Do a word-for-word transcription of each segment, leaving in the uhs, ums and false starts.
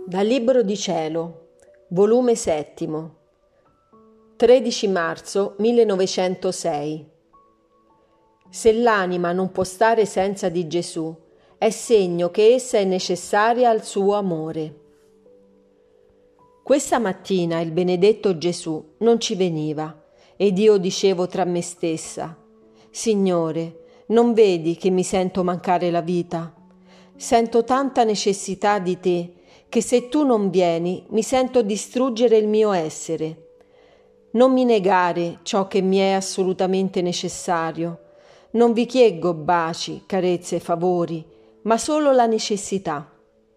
Dal Libro di Cielo, volume settimo, tredici marzo millenovecentosei. Se l'anima non può stare senza di Gesù, è segno che essa è necessaria al suo amore. Questa mattina il benedetto Gesù non ci veniva ed io dicevo tra me stessa: Signore, non vedi che mi sento mancare la vita? Sento tanta necessità di te che se tu non vieni mi sento distruggere il mio essere. Non mi negare ciò che mi è assolutamente necessario. Non vi chieggo baci, carezze, favori, ma solo la necessità.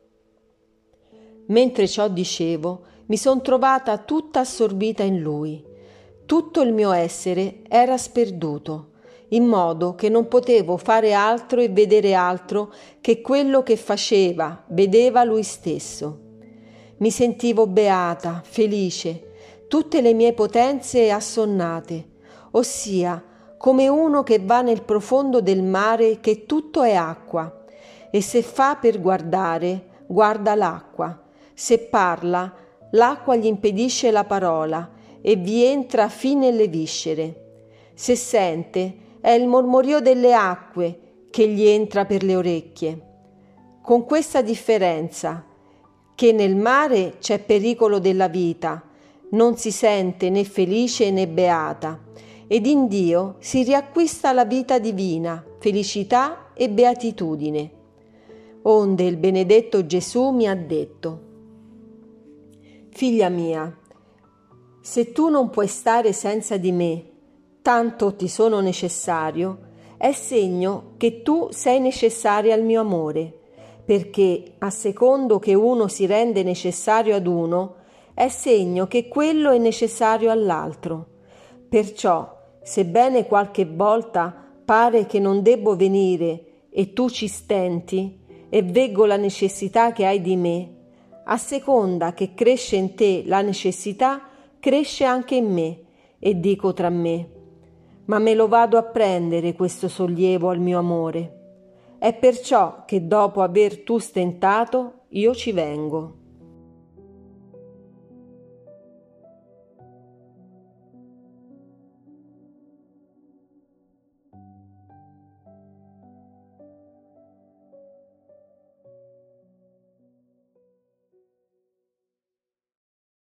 Mentre ciò dicevo, mi son trovata tutta assorbita in Lui. Tutto il mio essere era sperduto, in modo che non potevo fare altro e vedere altro che quello che faceva, vedeva Lui stesso. Mi sentivo beata, felice, tutte le mie potenze assonnate, ossia come uno che va nel profondo del mare che tutto è acqua, e se fa per guardare, guarda l'acqua, se parla, l'acqua gli impedisce la parola e vi entra fin nelle viscere, se sente, è il mormorio delle acque che gli entra per le orecchie. Con questa differenza, che nel mare c'è pericolo della vita, non si sente né felice né beata, ed in Dio si riacquista la vita divina, felicità e beatitudine. Onde il benedetto Gesù mi ha detto: Figlia mia, se tu non puoi stare senza di me, tanto ti sono necessario, è segno che tu sei necessaria al mio amore, perché a secondo che uno si rende necessario ad uno, è segno che quello è necessario all'altro. Perciò, sebbene qualche volta pare che non debbo venire e tu ci stenti e veggo la necessità che hai di me, a seconda che cresce in te la necessità, cresce anche in me, e dico tra me: ma me lo vado a prendere questo sollievo al mio amore. È perciò che dopo aver tu stentato io ci vengo.